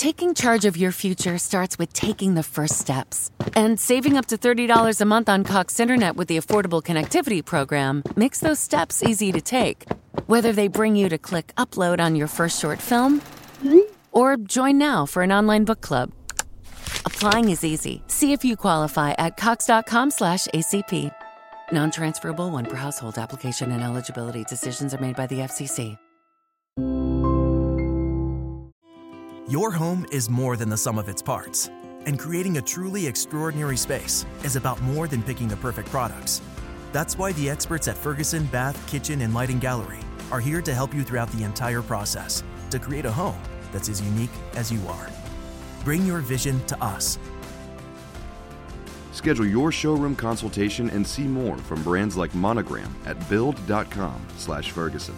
Taking charge of your future starts with taking the first steps. And saving up to $30 a month on Cox Internet with the Affordable Connectivity Program makes those steps easy to take. Whether they bring you to click upload on your first short film or join now for an online book club. Applying is easy. See if you qualify at cox.com/ACP. Non-transferable one per household. Application and eligibility decisions are made by the FCC. Your home is more than the sum of its parts. And creating a truly extraordinary space is about more than picking the perfect products. That's why the experts at Ferguson Bath, Kitchen, and Lighting Gallery are here to help you throughout the entire process to create a home that's as unique as you are. Bring your vision to us. Schedule your showroom consultation and see more from brands like Monogram at build.com/Ferguson.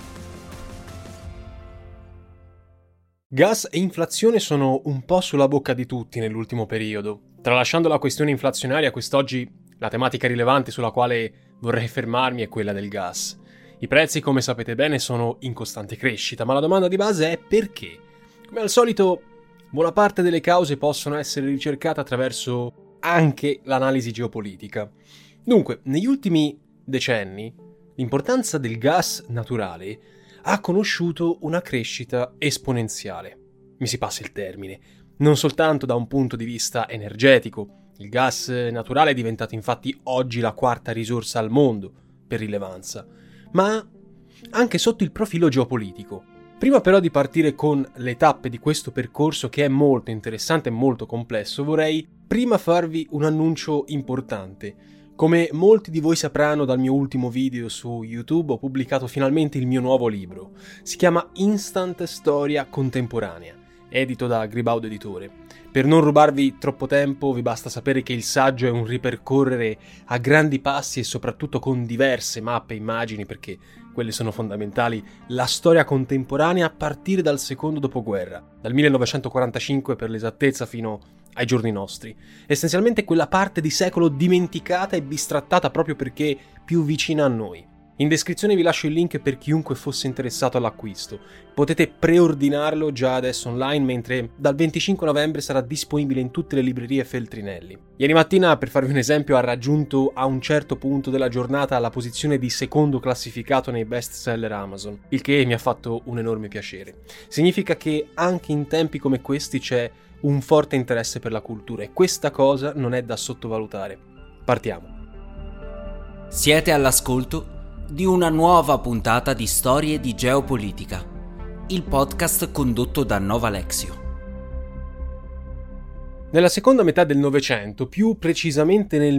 Gas e inflazione sono un po' sulla bocca di tutti nell'ultimo periodo. Tralasciando la questione inflazionaria, quest'oggi la tematica rilevante sulla quale vorrei fermarmi è quella del gas. I prezzi, come sapete bene, sono in costante crescita, ma la domanda di base è perché? Come al solito, buona parte delle cause possono essere ricercate attraverso anche l'analisi geopolitica. Dunque, negli ultimi decenni, l'importanza del gas naturale ha conosciuto una crescita esponenziale. Mi si passi il termine. Non soltanto da un punto di vista energetico. Il gas naturale è diventato infatti oggi la quarta risorsa al mondo per rilevanza, ma anche sotto il profilo geopolitico. Prima però di partire con le tappe di questo percorso, che è molto interessante e molto complesso, vorrei prima farvi un annuncio importante. Come molti di voi sapranno dal mio ultimo video su YouTube, ho pubblicato finalmente il mio nuovo libro. Si chiama Instant Storia Contemporanea, edito da Gribaudo Editore. Per non rubarvi troppo tempo, vi basta sapere che il saggio è un ripercorrere a grandi passi e soprattutto con diverse mappe e immagini, perché quelle sono fondamentali, la storia contemporanea a partire dal secondo dopoguerra, dal 1945 per l'esattezza fino ai giorni nostri. Essenzialmente quella parte di secolo dimenticata e bistrattata proprio perché più vicina a noi. In descrizione vi lascio il link per chiunque fosse interessato all'acquisto. Potete preordinarlo già adesso online, mentre dal 25 novembre sarà disponibile in tutte le librerie Feltrinelli. Ieri mattina, per farvi un esempio, ha raggiunto a un certo punto della giornata la posizione di secondo classificato nei best seller Amazon, il che mi ha fatto un enorme piacere. Significa che anche in tempi come questi c'è un forte interesse per la cultura e questa cosa non è da sottovalutare. Partiamo. Siete all'ascolto di una nuova puntata di Storie di Geopolitica, il podcast condotto da Nova Lexio. Nella seconda metà del Novecento, più precisamente nel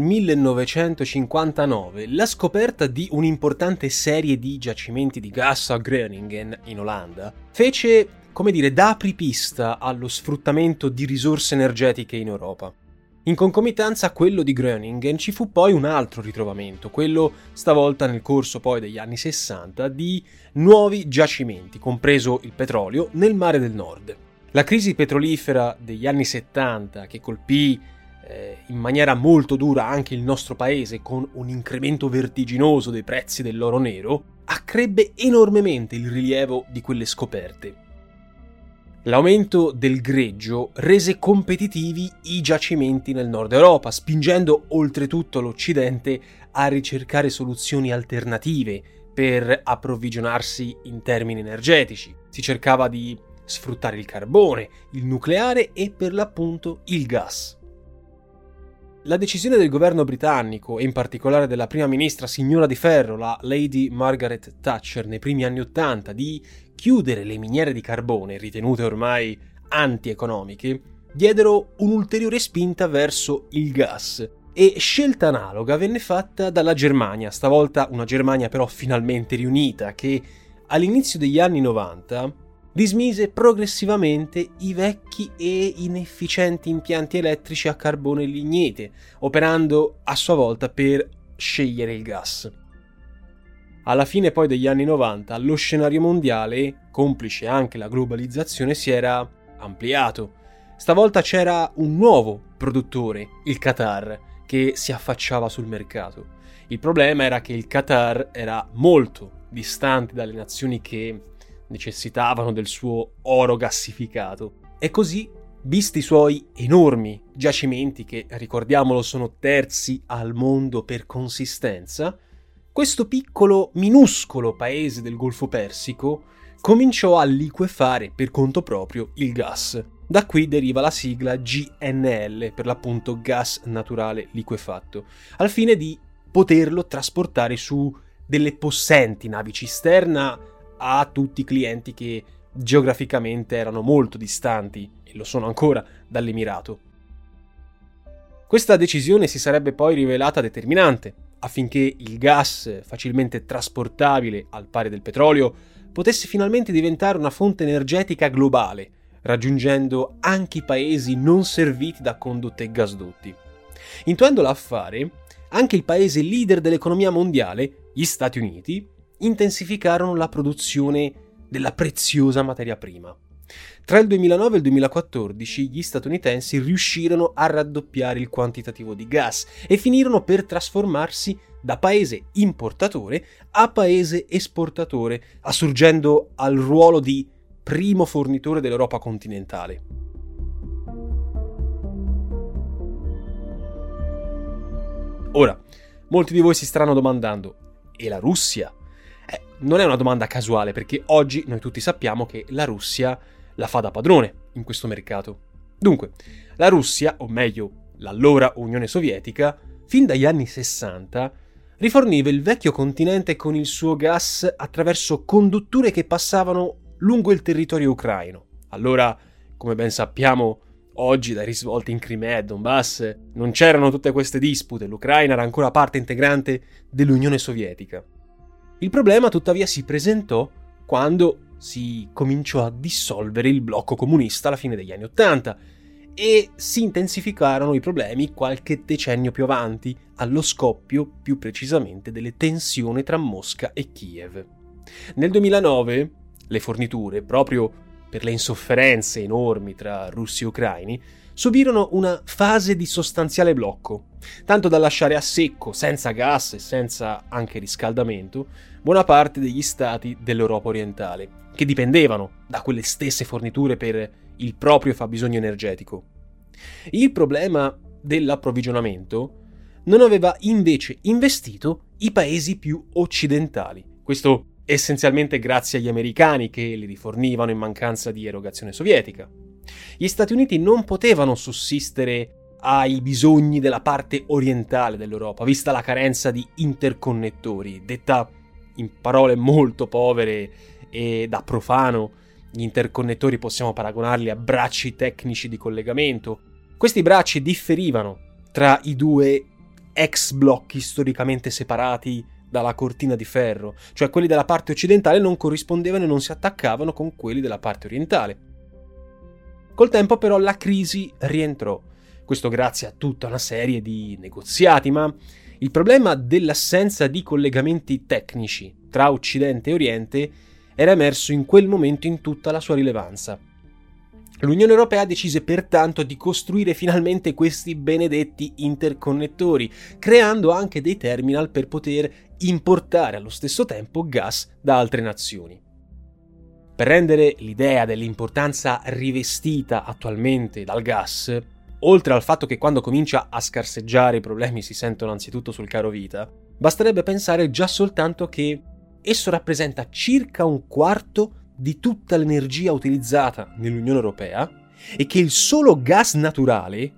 1959, la scoperta di un'importante serie di giacimenti di gas a Groningen, in Olanda, fece, da apripista allo sfruttamento di risorse energetiche in Europa. In concomitanza a quello di Groningen ci fu poi un altro ritrovamento, quello stavolta nel corso poi degli anni 60 di nuovi giacimenti, compreso il petrolio, nel Mare del Nord. La crisi petrolifera degli anni 70, che colpì in maniera molto dura anche il nostro paese con un incremento vertiginoso dei prezzi dell'oro nero, accrebbe enormemente il rilievo di quelle scoperte. L'aumento del greggio rese competitivi i giacimenti nel Nord Europa, spingendo oltretutto l'Occidente a ricercare soluzioni alternative per approvvigionarsi in termini energetici. Si cercava di sfruttare il carbone, il nucleare e per l'appunto il gas. La decisione del governo britannico, e in particolare della prima ministra signora di ferro, la Lady Margaret Thatcher, nei primi anni '80, di chiudere le miniere di carbone, ritenute ormai antieconomiche, diedero un'ulteriore spinta verso il gas. E scelta analoga venne fatta dalla Germania, stavolta una Germania però finalmente riunita, che all'inizio degli anni 90 dismise progressivamente i vecchi e inefficienti impianti elettrici a carbone e lignite, operando a sua volta per scegliere il gas. Alla fine poi degli anni 90 lo scenario mondiale, complice anche la globalizzazione, si era ampliato. Stavolta c'era un nuovo produttore, il Qatar, che si affacciava sul mercato. Il problema era che il Qatar era molto distante dalle nazioni che necessitavano del suo oro gassificato E così, visti i suoi enormi giacimenti, che ricordiamolo sono terzi al mondo per consistenza, questo piccolo, minuscolo paese del Golfo Persico cominciò a liquefare per conto proprio il gas. Da qui deriva la sigla GNL, per l'appunto gas naturale liquefatto, al fine di poterlo trasportare su delle possenti navi cisterna a tutti i clienti che geograficamente erano molto distanti, e lo sono ancora, dall'Emirato. Questa decisione si sarebbe poi rivelata determinante affinché il gas, facilmente trasportabile al pari del petrolio, potesse finalmente diventare una fonte energetica globale, raggiungendo anche i paesi non serviti da condotte e gasdotti. Intuendo l'affare, anche il paese leader dell'economia mondiale, gli Stati Uniti, intensificarono la produzione della preziosa materia prima. Tra il 2009 e il 2014 gli statunitensi riuscirono a raddoppiare il quantitativo di gas e finirono per trasformarsi da paese importatore a paese esportatore, assurgendo al ruolo di primo fornitore dell'Europa continentale. Ora, molti di voi si staranno domandando: e la Russia? Non è una domanda casuale, perché oggi noi tutti sappiamo che la Russia la fa da padrone in questo mercato. Dunque, la Russia, o meglio, l'allora Unione Sovietica, fin dagli anni 60, riforniva il vecchio continente con il suo gas attraverso condutture che passavano lungo il territorio ucraino. Allora, come ben sappiamo, oggi dai risvolti in Crimea e Donbass non c'erano tutte queste dispute, l'Ucraina era ancora parte integrante dell'Unione Sovietica. Il problema tuttavia si presentò quando si cominciò a dissolvere il blocco comunista alla fine degli anni '80 e si intensificarono i problemi qualche decennio più avanti, allo scoppio più precisamente delle tensioni tra Mosca e Kiev. Nel 2009 le forniture, proprio per le insofferenze enormi tra russi e ucraini, subirono una fase di sostanziale blocco, tanto da lasciare a secco, senza gas e senza anche riscaldamento, buona parte degli stati dell'Europa orientale, che dipendevano da quelle stesse forniture per il proprio fabbisogno energetico. Il problema dell'approvvigionamento non aveva invece investito i paesi più occidentali. Questo essenzialmente grazie agli americani che li rifornivano in mancanza di erogazione sovietica. Gli Stati Uniti non potevano sussistere ai bisogni della parte orientale dell'Europa, vista la carenza di interconnettori. Detta in parole molto povere e da profano, gli interconnettori possiamo paragonarli a bracci tecnici di collegamento. Questi bracci differivano tra i due ex blocchi storicamente separati dalla cortina di ferro, cioè quelli della parte occidentale non corrispondevano e non si attaccavano con quelli della parte orientale. Col tempo però la crisi rientrò, questo grazie a tutta una serie di negoziati, ma il problema dell'assenza di collegamenti tecnici tra Occidente e Oriente era emerso in quel momento in tutta la sua rilevanza. L'Unione Europea decise pertanto di costruire finalmente questi benedetti interconnettori, creando anche dei terminal per poter importare allo stesso tempo gas da altre nazioni. Per rendere l'idea dell'importanza rivestita attualmente dal gas, oltre al fatto che quando comincia a scarseggiare i problemi si sentono anzitutto sul caro vita, basterebbe pensare già soltanto che esso rappresenta circa un quarto di tutta l'energia utilizzata nell'Unione Europea e che il solo gas naturale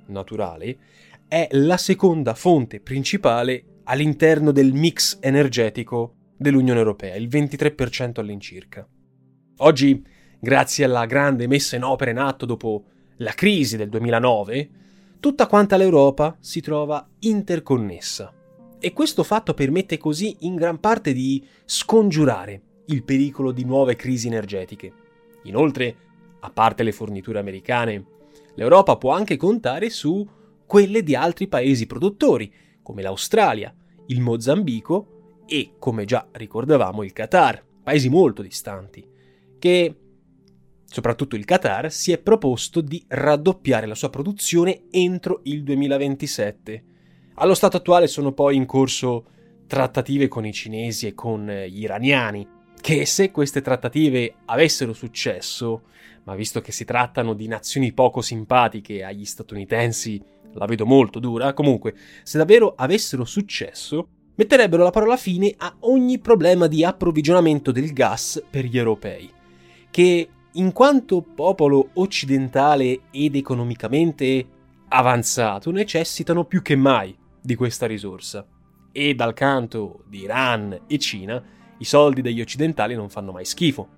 è la seconda fonte principale all'interno del mix energetico dell'Unione Europea, il 23% all'incirca. Oggi, grazie alla grande messa in opera in atto dopo la crisi del 2009, tutta quanta l'Europa si trova interconnessa. E questo fatto permette così in gran parte di scongiurare il pericolo di nuove crisi energetiche. Inoltre, a parte le forniture americane, l'Europa può anche contare su quelle di altri paesi produttori, come l'Australia, il Mozambico e, come già ricordavamo, il Qatar, paesi molto distanti, che, soprattutto il Qatar, si è proposto di raddoppiare la sua produzione entro il 2027. Allo stato attuale sono poi in corso trattative con i cinesi e con gli iraniani che se queste trattative avessero successo, ma visto che si trattano di nazioni poco simpatiche agli statunitensi, la vedo molto dura, comunque, se davvero avessero successo, metterebbero la parola fine a ogni problema di approvvigionamento del gas per gli europei, che in quanto popolo occidentale ed economicamente avanzato necessitano più che mai di questa risorsa. E dal canto di Iran e Cina i soldi degli occidentali non fanno mai schifo.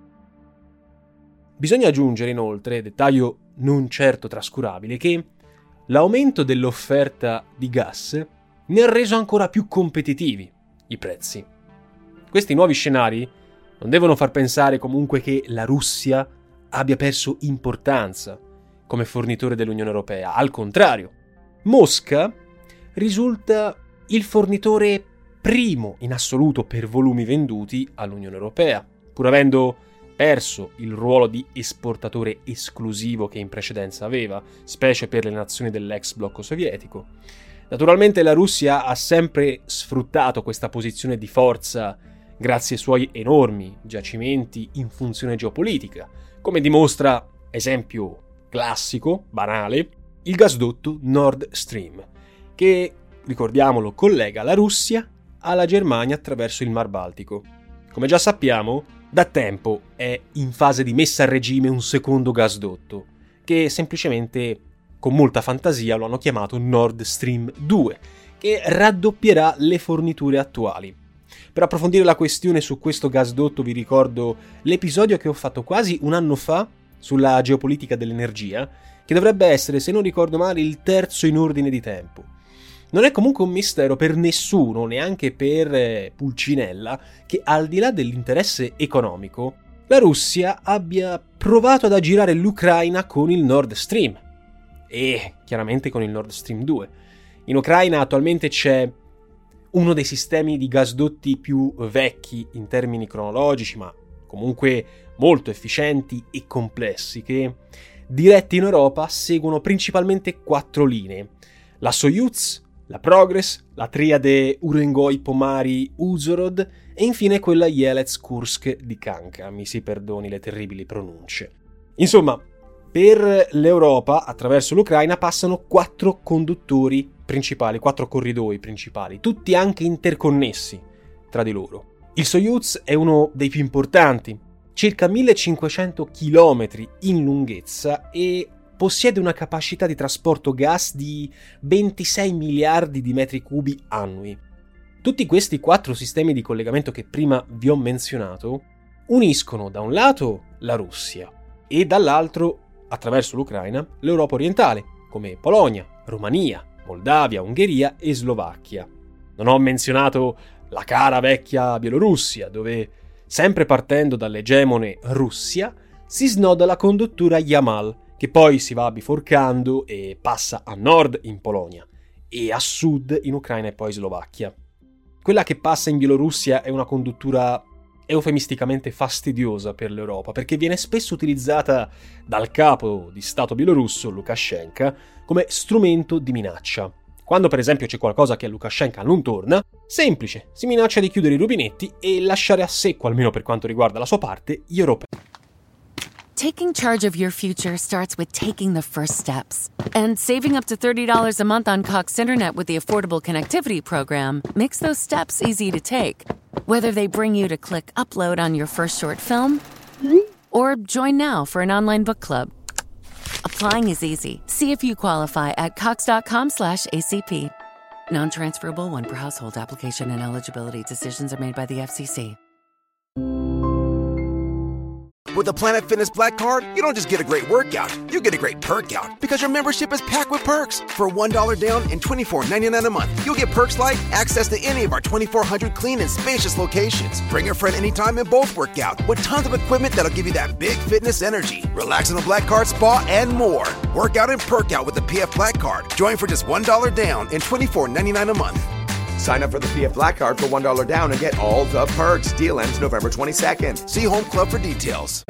Bisogna aggiungere inoltre, dettaglio non certo trascurabile, che l'aumento dell'offerta di gas ne ha reso ancora più competitivi i prezzi. Questi nuovi scenari non devono far pensare comunque che la Russia abbia perso importanza come fornitore dell'Unione Europea. Al contrario, Mosca risulta il fornitore primo in assoluto per volumi venduti all'Unione Europea, pur avendo perso il ruolo di esportatore esclusivo che in precedenza aveva, specie per le nazioni dell'ex blocco sovietico. Naturalmente la Russia ha sempre sfruttato questa posizione di forza grazie ai suoi enormi giacimenti in funzione geopolitica, come dimostra, esempio classico, banale, il gasdotto Nord Stream, che, ricordiamolo, collega la Russia alla Germania attraverso il Mar Baltico. Come già sappiamo, da tempo è in fase di messa a regime un secondo gasdotto, che semplicemente con molta fantasia lo hanno chiamato Nord Stream 2, che raddoppierà le forniture attuali. Per approfondire la questione su questo gasdotto vi ricordo l'episodio che ho fatto quasi un anno fa sulla geopolitica dell'energia, che dovrebbe essere, se non ricordo male, il terzo in ordine di tempo. Non è comunque un mistero per nessuno, neanche per Pulcinella, che al di là dell'interesse economico, la Russia abbia provato ad aggirare l'Ucraina con il Nord Stream e chiaramente con il Nord Stream 2. In Ucraina attualmente c'è uno dei sistemi di gasdotti più vecchi in termini cronologici, ma comunque molto efficienti e complessi, che diretti in Europa seguono principalmente 4 linee: la Soyuz, la Progress, la triade Urengoi-Pomari-Uzhhorod e infine quella Yelets-Kursk di Kanka, mi si perdoni le terribili pronunce. Insomma, per l'Europa, attraverso l'Ucraina, passano 4 conduttori principali, 4 corridoi principali, tutti anche interconnessi tra di loro. Il Soyuz è uno dei più importanti, circa 1500 km in lunghezza e possiede una capacità di trasporto gas di 26 miliardi di metri cubi annui. Tutti questi 4 sistemi di collegamento che prima vi ho menzionato uniscono da un lato la Russia e dall'altro, attraverso l'Ucraina, l'Europa orientale, come Polonia, Romania, Moldavia, Ungheria e Slovacchia. Non ho menzionato la cara vecchia Bielorussia, dove, sempre partendo dall'egemone Russia, si snoda la conduttura Yamal, che poi si va biforcando e passa a nord in Polonia e a sud in Ucraina e poi Slovacchia. Quella che passa in Bielorussia è una conduttura eufemisticamente fastidiosa per l'Europa, perché viene spesso utilizzata dal capo di Stato bielorusso, Lukashenko, come strumento di minaccia. Quando per esempio c'è qualcosa che a Lukashenko non torna, semplice, si minaccia di chiudere i rubinetti e lasciare a secco, almeno per quanto riguarda la sua parte, gli europei. Taking charge of your future starts with taking the first steps. And saving up to $30 a month on Cox Internet with the Affordable Connectivity Program makes those steps easy to take. Whether they bring you to click upload on your first short film or join now for an online book club. Applying is easy. See if you qualify at cox.com/ACP. Non-transferable one per household. Application and eligibility decisions are made by the FCC. With the Planet Fitness Black Card, you don't just get a great workout, you get a great perk out because your membership is packed with perks. For $1 down and $24.99 a month, you'll get perks like access to any of our 2,400 clean and spacious locations. Bring a friend anytime and both work out with tons of equipment that'll give you that big fitness energy. Relax in the Black Card spa and more. Work out and perk out with the PF Black Card. Join for just $1 down and $24.99 a month. Sign up for the PF Black Card for $1 down and get all the perks. Deal ends November 22nd. See Home Club for details.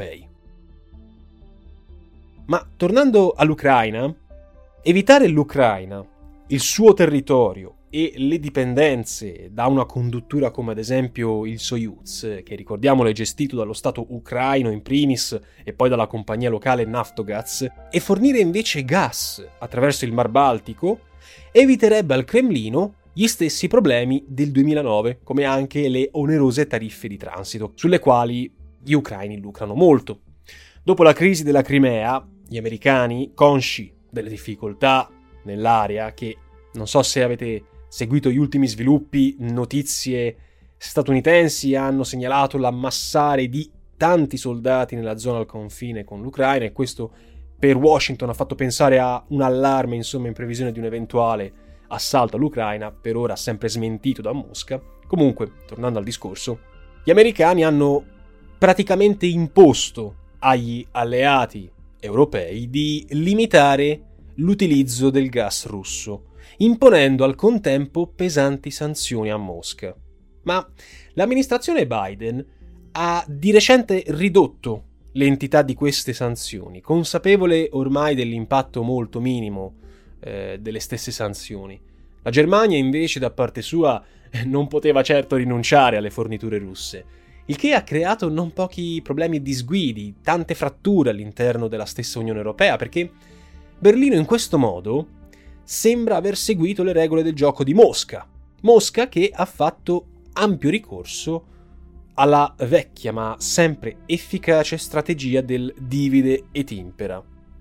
Ma tornando all'Ucraina, evitare l'Ucraina, il suo territorio e le dipendenze da una conduttura come ad esempio il Soyuz, che ricordiamolo è gestito dallo Stato ucraino in primis e poi dalla compagnia locale Naftogaz, e fornire invece gas attraverso il Mar Baltico, eviterebbe al Cremlino gli stessi problemi del 2009, come anche le onerose tariffe di transito, sulle quali gli ucraini lucrano molto. Dopo la crisi della Crimea, gli americani, consci delle difficoltà nell'area, che non so se avete seguito gli ultimi sviluppi, notizie statunitensi hanno segnalato l'ammassare di tanti soldati nella zona al confine con l'Ucraina, e questo per Washington ha fatto pensare a un allarme, insomma, in previsione di un eventuale assalto all'Ucraina, per ora sempre smentito da Mosca. Comunque, tornando al discorso, gli americani hanno praticamente imposto agli alleati europei di limitare l'utilizzo del gas russo, imponendo al contempo pesanti sanzioni a Mosca. Ma l'amministrazione Biden ha di recente ridotto l'entità di queste sanzioni, consapevole ormai dell'impatto molto minimo delle stesse sanzioni. La Germania invece da parte sua non poteva certo rinunciare alle forniture russe, il che ha creato non pochi problemi e disguidi, tante fratture all'interno della stessa Unione Europea, perché Berlino in questo modo sembra aver seguito le regole del gioco di Mosca che ha fatto ampio ricorso alla vecchia ma sempre efficace strategia del divide et impera,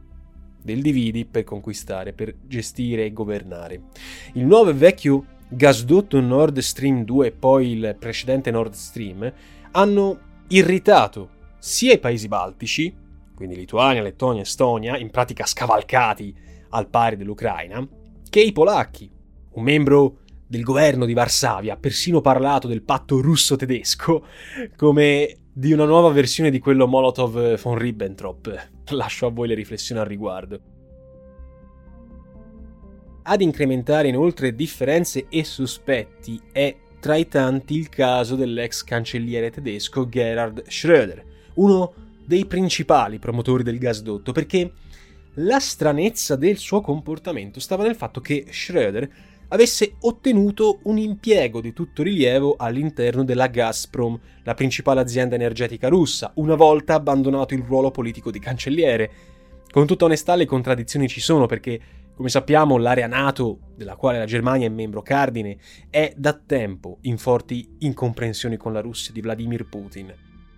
del dividi per conquistare, per gestire e governare. Il nuovo e vecchio gasdotto Nord Stream 2 e poi il precedente Nord Stream hanno irritato sia i paesi baltici, quindi Lituania, Lettonia, Estonia, in pratica scavalcati al pari dell'Ucraina, che i polacchi. Un membro del governo di Varsavia ha persino parlato del patto russo-tedesco come di una nuova versione di quello Molotov-von Ribbentrop. Lascio a voi le riflessioni al riguardo. Ad incrementare inoltre differenze e sospetti è tra i tanti il caso dell'ex cancelliere tedesco Gerhard Schröder, uno dei principali promotori del gasdotto, perché la stranezza del suo comportamento stava nel fatto che Schröder avesse ottenuto un impiego di tutto rilievo all'interno della Gazprom, la principale azienda energetica russa, una volta abbandonato il ruolo politico di cancelliere. Con tutta onestà le contraddizioni ci sono, perché, come sappiamo, l'area NATO, della quale la Germania è membro cardine, è da tempo in forti incomprensioni con la Russia di Vladimir Putin.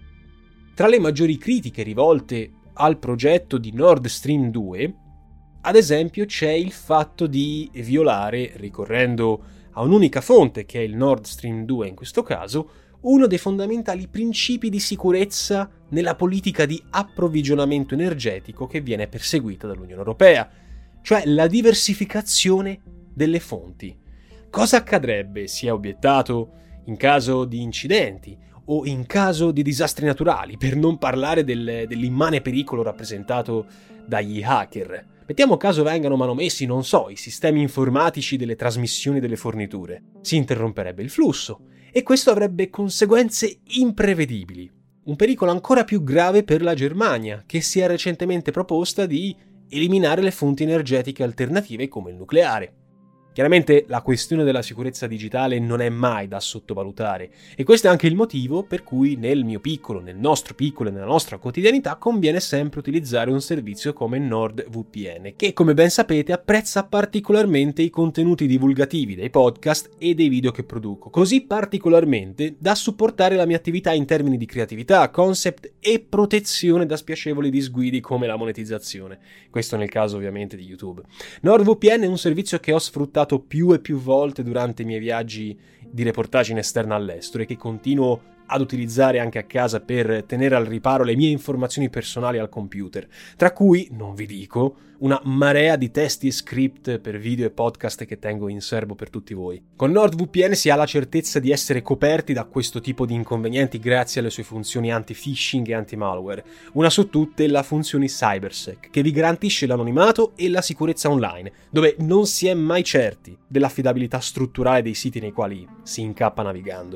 Tra le maggiori critiche rivolte al progetto di Nord Stream 2, ad esempio, c'è il fatto di violare, ricorrendo a un'unica fonte, che è il Nord Stream 2 in questo caso, uno dei fondamentali principi di sicurezza nella politica di approvvigionamento energetico che viene perseguita dall'Unione Europea, cioè la diversificazione delle fonti. Cosa accadrebbe, si è obiettato, in caso di incidenti o in caso di disastri naturali, per non parlare dell'immane pericolo rappresentato dagli hacker? Mettiamo caso vengano manomessi, non so, i sistemi informatici delle trasmissioni delle forniture. Si interromperebbe il flusso e questo avrebbe conseguenze imprevedibili. Un pericolo ancora più grave per la Germania, che si è recentemente proposta di eliminare le fonti energetiche alternative come il nucleare. Chiaramente la questione della sicurezza digitale non è mai da sottovalutare, e questo è anche il motivo per cui nel mio piccolo, nel nostro piccolo e nella nostra quotidianità conviene sempre utilizzare un servizio come NordVPN, che come ben sapete apprezza particolarmente i contenuti divulgativi dei podcast e dei video che produco, così particolarmente da supportare la mia attività in termini di creatività, concept e protezione da spiacevoli disguidi come la monetizzazione. Questo nel caso ovviamente di YouTube. NordVPN è un servizio che ho sfruttato più e più volte durante i miei viaggi di reportage in esterna all'estero e che continuo ad utilizzare anche a casa per tenere al riparo le mie informazioni personali al computer, tra cui, non vi dico, una marea di testi e script per video e podcast che tengo in serbo per tutti voi. Con NordVPN si ha la certezza di essere coperti da questo tipo di inconvenienti grazie alle sue funzioni anti-phishing e anti-malware. Una su tutte la funzione CyberSec, che vi garantisce l'anonimato e la sicurezza online, dove non si è mai certi dell'affidabilità strutturale dei siti nei quali si incappa navigando.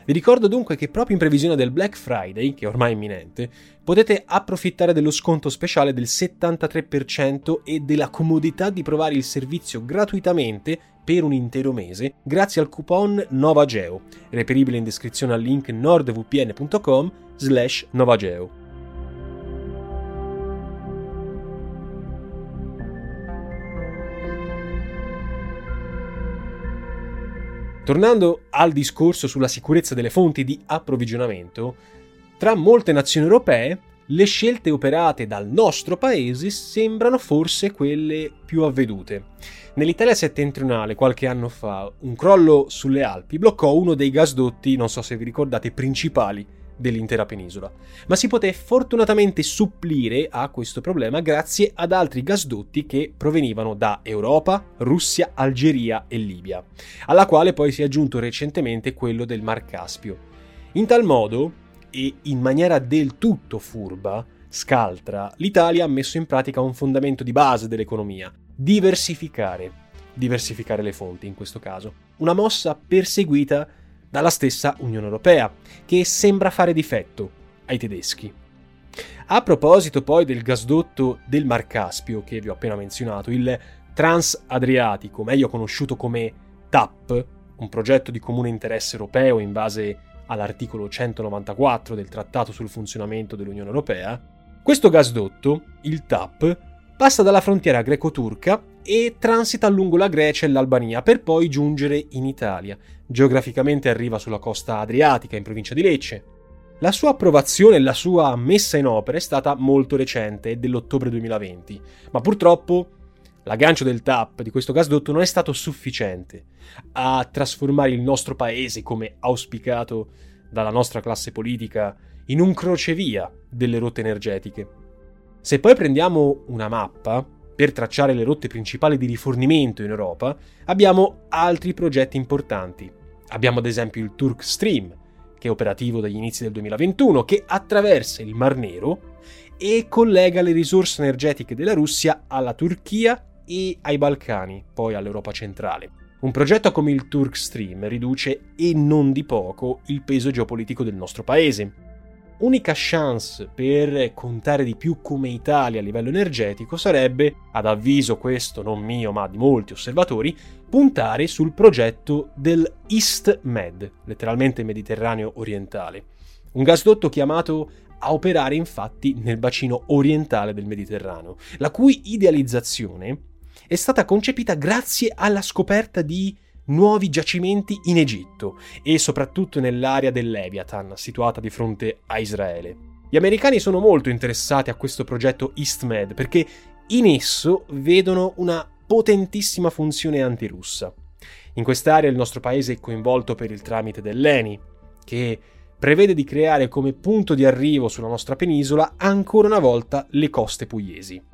Vi ricordo dunque che proprio in previsione del Black Friday, che è ormai imminente, potete approfittare dello sconto speciale del 73% e della comodità di provare il servizio gratuitamente per un intero mese grazie al coupon NOVAGEO, reperibile in descrizione al link nordvpn.com/NOVAGEO. Tornando al discorso sulla sicurezza delle fonti di approvvigionamento, tra molte nazioni europee le scelte operate dal nostro paese sembrano forse quelle più avvedute. Nell'Italia settentrionale, qualche anno fa, un crollo sulle Alpi bloccò uno dei gasdotti, non so se vi ricordate, principali dell'intera penisola, ma si poté fortunatamente supplire a questo problema grazie ad altri gasdotti che provenivano da Europa, Russia, Algeria e Libia, alla quale poi si è aggiunto recentemente quello del Mar Caspio. In tal modo, e in maniera del tutto furba, scaltra, l'Italia ha messo in pratica un fondamento di base dell'economia: diversificare le fonti in questo caso, una mossa perseguita dalla stessa Unione Europea, che sembra fare difetto ai tedeschi. A proposito poi del gasdotto del Mar Caspio che vi ho appena menzionato, il Transadriatico, meglio conosciuto come TAP, un progetto di comune interesse europeo in base all'articolo 194 del Trattato sul funzionamento dell'Unione Europea, questo gasdotto, il TAP, passa dalla frontiera greco-turca e transita lungo la Grecia e l'Albania per poi giungere in Italia. Geograficamente arriva sulla costa adriatica in provincia di Lecce. La sua approvazione e la sua messa in opera è stata molto recente, è dell'ottobre 2020, ma purtroppo l'aggancio del TAP di questo gasdotto non è stato sufficiente a trasformare il nostro paese, come auspicato dalla nostra classe politica, in un crocevia delle rotte energetiche. Se poi prendiamo una mappa per tracciare le rotte principali di rifornimento in Europa, abbiamo altri progetti importanti. Abbiamo ad esempio il Turk Stream, che è operativo dagli inizi del 2021, che attraversa il Mar Nero e collega le risorse energetiche della Russia alla Turchia e ai Balcani, poi all'Europa centrale. Un progetto come il Turk Stream riduce, e non di poco, il peso geopolitico del nostro paese. Unica chance per contare di più come Italia a livello energetico sarebbe, ad avviso questo non mio ma di molti osservatori, puntare sul progetto del East Med, letteralmente Mediterraneo orientale. Un gasdotto chiamato a operare infatti nel bacino orientale del Mediterraneo, la cui idealizzazione è stata concepita grazie alla scoperta di nuovi giacimenti in Egitto e soprattutto nell'area del Leviathan, situata di fronte a Israele. Gli americani sono molto interessati a questo progetto East Med perché in esso vedono una potentissima funzione antirussa. In quest'area il nostro paese è coinvolto per il tramite dell'ENI, che prevede di creare come punto di arrivo sulla nostra penisola ancora una volta le coste pugliesi.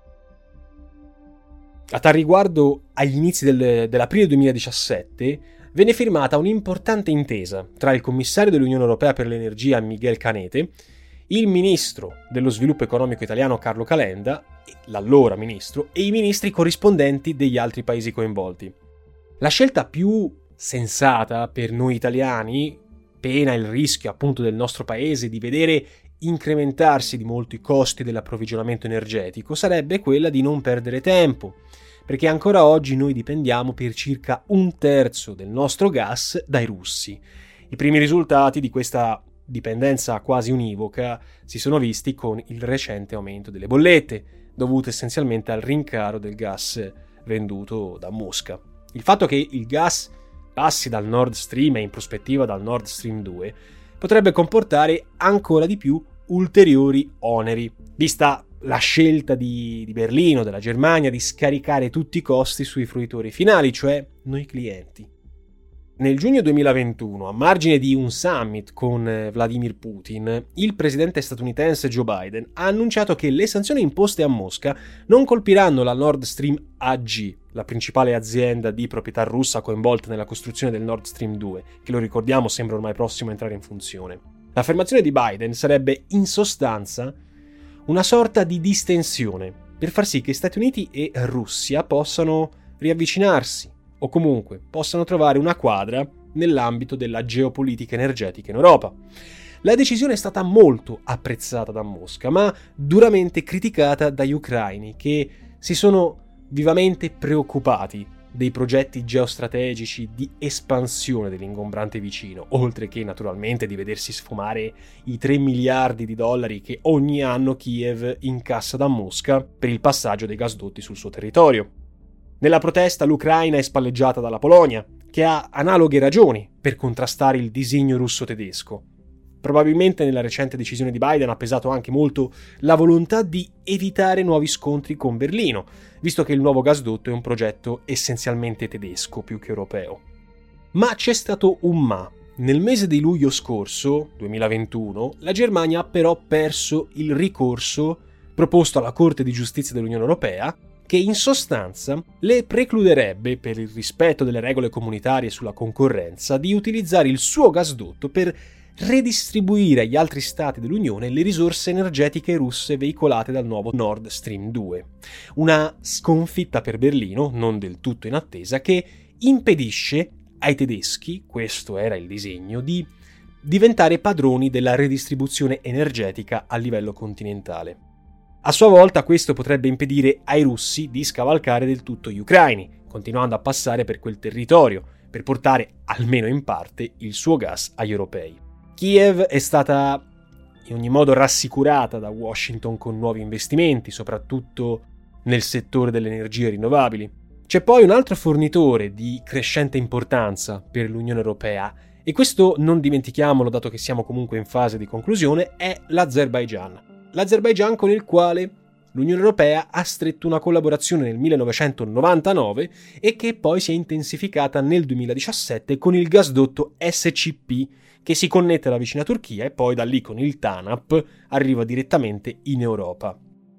A tal riguardo, agli inizi dell'aprile 2017, venne firmata un'importante intesa tra il commissario dell'Unione Europea per l'Energia Miguel Canete, il ministro dello sviluppo economico italiano Carlo Calenda, l'allora ministro, e i ministri corrispondenti degli altri paesi coinvolti. La scelta più sensata per noi italiani, pena il rischio appunto del nostro paese di vedere incrementarsi di molto i costi dell'approvvigionamento energetico, sarebbe quella di non perdere tempo, perché ancora oggi noi dipendiamo per circa 1/3 del nostro gas dai russi. I primi risultati di questa dipendenza quasi univoca si sono visti con il recente aumento delle bollette, dovute essenzialmente al rincaro del gas venduto da Mosca. Il fatto che il gas passi dal Nord Stream e in prospettiva dal Nord Stream 2 potrebbe comportare ancora di più ulteriori oneri, vista la scelta di Berlino, della Germania, di scaricare tutti i costi sui fruitori finali, cioè noi clienti. Nel giugno 2021, a margine di un summit con Vladimir Putin, il presidente statunitense Joe Biden ha annunciato che le sanzioni imposte a Mosca non colpiranno la Nord Stream AG, la principale azienda di proprietà russa coinvolta nella costruzione del Nord Stream 2, che lo ricordiamo sembra ormai prossimo a entrare in funzione. L'affermazione di Biden sarebbe in sostanza una sorta di distensione per far sì che Stati Uniti e Russia possano riavvicinarsi o comunque possano trovare una quadra nell'ambito della geopolitica energetica in Europa. La decisione è stata molto apprezzata da Mosca, ma duramente criticata dagli ucraini, che si sono vivamente preoccupati dei progetti geostrategici di espansione dell'ingombrante vicino, oltre che naturalmente di vedersi sfumare i 3 miliardi di dollari che ogni anno Kiev incassa da Mosca per il passaggio dei gasdotti sul suo territorio. Nella protesta l'Ucraina è spalleggiata dalla Polonia, che ha analoghe ragioni per contrastare il disegno russo-tedesco. Probabilmente nella recente decisione di Biden ha pesato anche molto la volontà di evitare nuovi scontri con Berlino, visto che il nuovo gasdotto è un progetto essenzialmente tedesco più che europeo. Ma c'è stato un ma. Nel mese di luglio scorso, 2021, la Germania ha però perso il ricorso proposto alla Corte di Giustizia dell'Unione Europea, che in sostanza le precluderebbe, per il rispetto delle regole comunitarie sulla concorrenza, di utilizzare il suo gasdotto per redistribuire agli altri stati dell'Unione le risorse energetiche russe veicolate dal nuovo Nord Stream 2. Una sconfitta per Berlino, non del tutto in attesa, che impedisce ai tedeschi, questo era il disegno, di diventare padroni della redistribuzione energetica a livello continentale. A sua volta questo potrebbe impedire ai russi di scavalcare del tutto gli ucraini, continuando a passare per quel territorio, per portare, almeno in parte, il suo gas agli europei. Kiev è stata in ogni modo rassicurata da Washington con nuovi investimenti, soprattutto nel settore delle energie rinnovabili. C'è poi un altro fornitore di crescente importanza per l'Unione Europea, e questo non dimentichiamolo dato che siamo comunque in fase di conclusione, è l'Azerbaigian. L'Azerbaigian con il quale l'Unione Europea ha stretto una collaborazione nel 1999 e che poi si è intensificata nel 2017 con il gasdotto SCP, che si connette alla vicina Turchia e poi da lì con il TANAP arriva direttamente in Europa.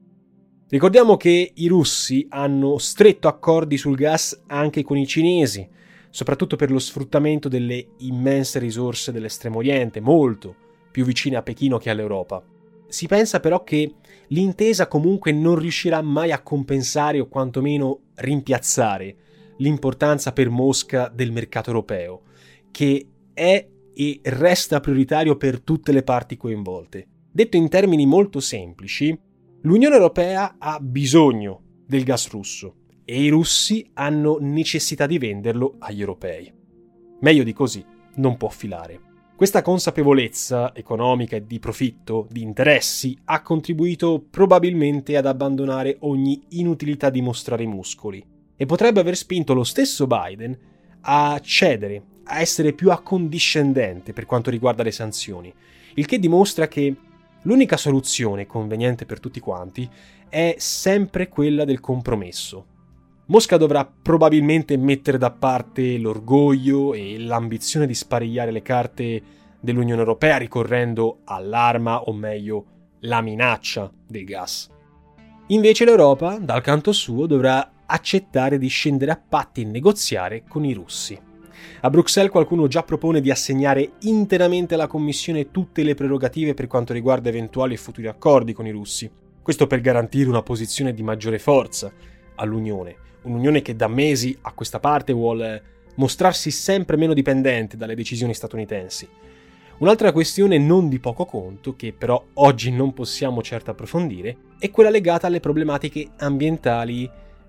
Ricordiamo che i russi hanno stretto accordi sul gas anche con i cinesi, soprattutto per lo sfruttamento delle immense risorse dell'Estremo Oriente, molto più vicine a Pechino che all'Europa. Si pensa però che l'intesa comunque non riuscirà mai a compensare o quantomeno rimpiazzare l'importanza per Mosca del mercato europeo, che è e resta prioritario per tutte le parti coinvolte. Detto in termini molto semplici, l'Unione Europea ha bisogno del gas russo e i russi hanno necessità di venderlo agli europei. Meglio di così non può filare. Questa consapevolezza economica e di profitto, di interessi, ha contribuito probabilmente ad abbandonare ogni inutilità di mostrare i muscoli e potrebbe aver spinto lo stesso Biden a cedere, a essere più accondiscendente per quanto riguarda le sanzioni, il che dimostra che l'unica soluzione conveniente per tutti quanti è sempre quella del compromesso. Mosca dovrà probabilmente mettere da parte l'orgoglio e l'ambizione di sparigliare le carte dell'Unione Europea ricorrendo all'arma, o meglio, la minaccia del gas. Invece l'Europa, dal canto suo, dovrà accettare di scendere a patti e negoziare con i russi. A Bruxelles qualcuno già propone di assegnare interamente alla Commissione tutte le prerogative per quanto riguarda eventuali e futuri accordi con i russi. Questo per garantire una posizione di maggiore forza all'Unione. Un'Unione che da mesi a questa parte vuole mostrarsi sempre meno dipendente dalle decisioni statunitensi. Un'altra questione non di poco conto, che però oggi non possiamo certo approfondire, è quella legata alle problematiche ambientali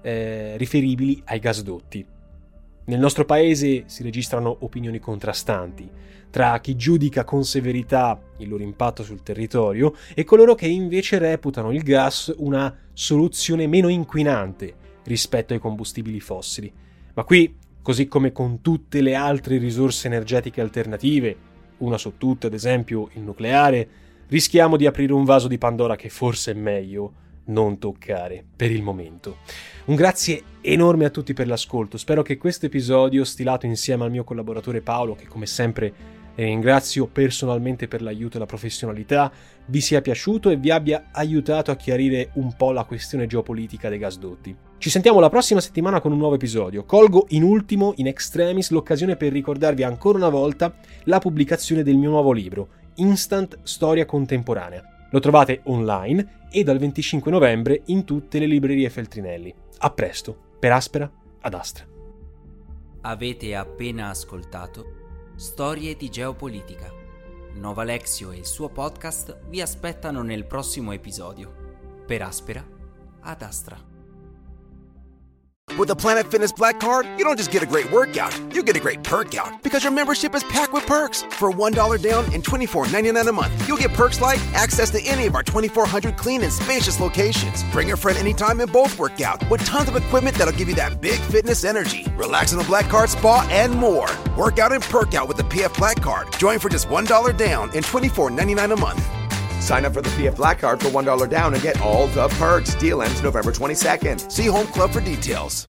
riferibili ai gasdotti. Nel nostro paese si registrano opinioni contrastanti tra chi giudica con severità il loro impatto sul territorio e coloro che invece reputano il gas una soluzione meno inquinante rispetto ai combustibili fossili. Ma qui, così come con tutte le altre risorse energetiche alternative, una su tutte ad esempio il nucleare, rischiamo di aprire un vaso di Pandora che forse è meglio non toccare per il momento. Un grazie enorme a tutti per l'ascolto. Spero che questo episodio, stilato insieme al mio collaboratore Paolo, che come sempre ringrazio personalmente per l'aiuto e la professionalità, vi sia piaciuto e vi abbia aiutato a chiarire un po' la questione geopolitica dei gasdotti. Ci sentiamo la prossima settimana con un nuovo episodio. Colgo in ultimo, in extremis, l'occasione per ricordarvi ancora una volta la pubblicazione del mio nuovo libro, Instant Storia Contemporanea. Lo trovate online e dal 25 novembre in tutte le librerie Feltrinelli. A presto, per Aspera ad Astra. Avete appena ascoltato Storie di geopolitica. Nova Lexio e il suo podcast vi aspettano nel prossimo episodio. Per Aspera, ad Astra. With the Planet Fitness Black Card, you don't just get a great workout, you get a great perk out because your membership is packed with perks. For $1 down and $24.99 a month, you'll get perks like access to any of our 2,400 clean and spacious locations. Bring a friend anytime and both work out with tons of equipment that'll give you that big fitness energy. Relax in the Black Card spa and more. Work out and perk out with the PF Black Card. Join for just $1 down and $24.99 a month. Sign up for the PF Black Card for $1 down and get all the perks. Deal ends November 22nd. See Home Club for details.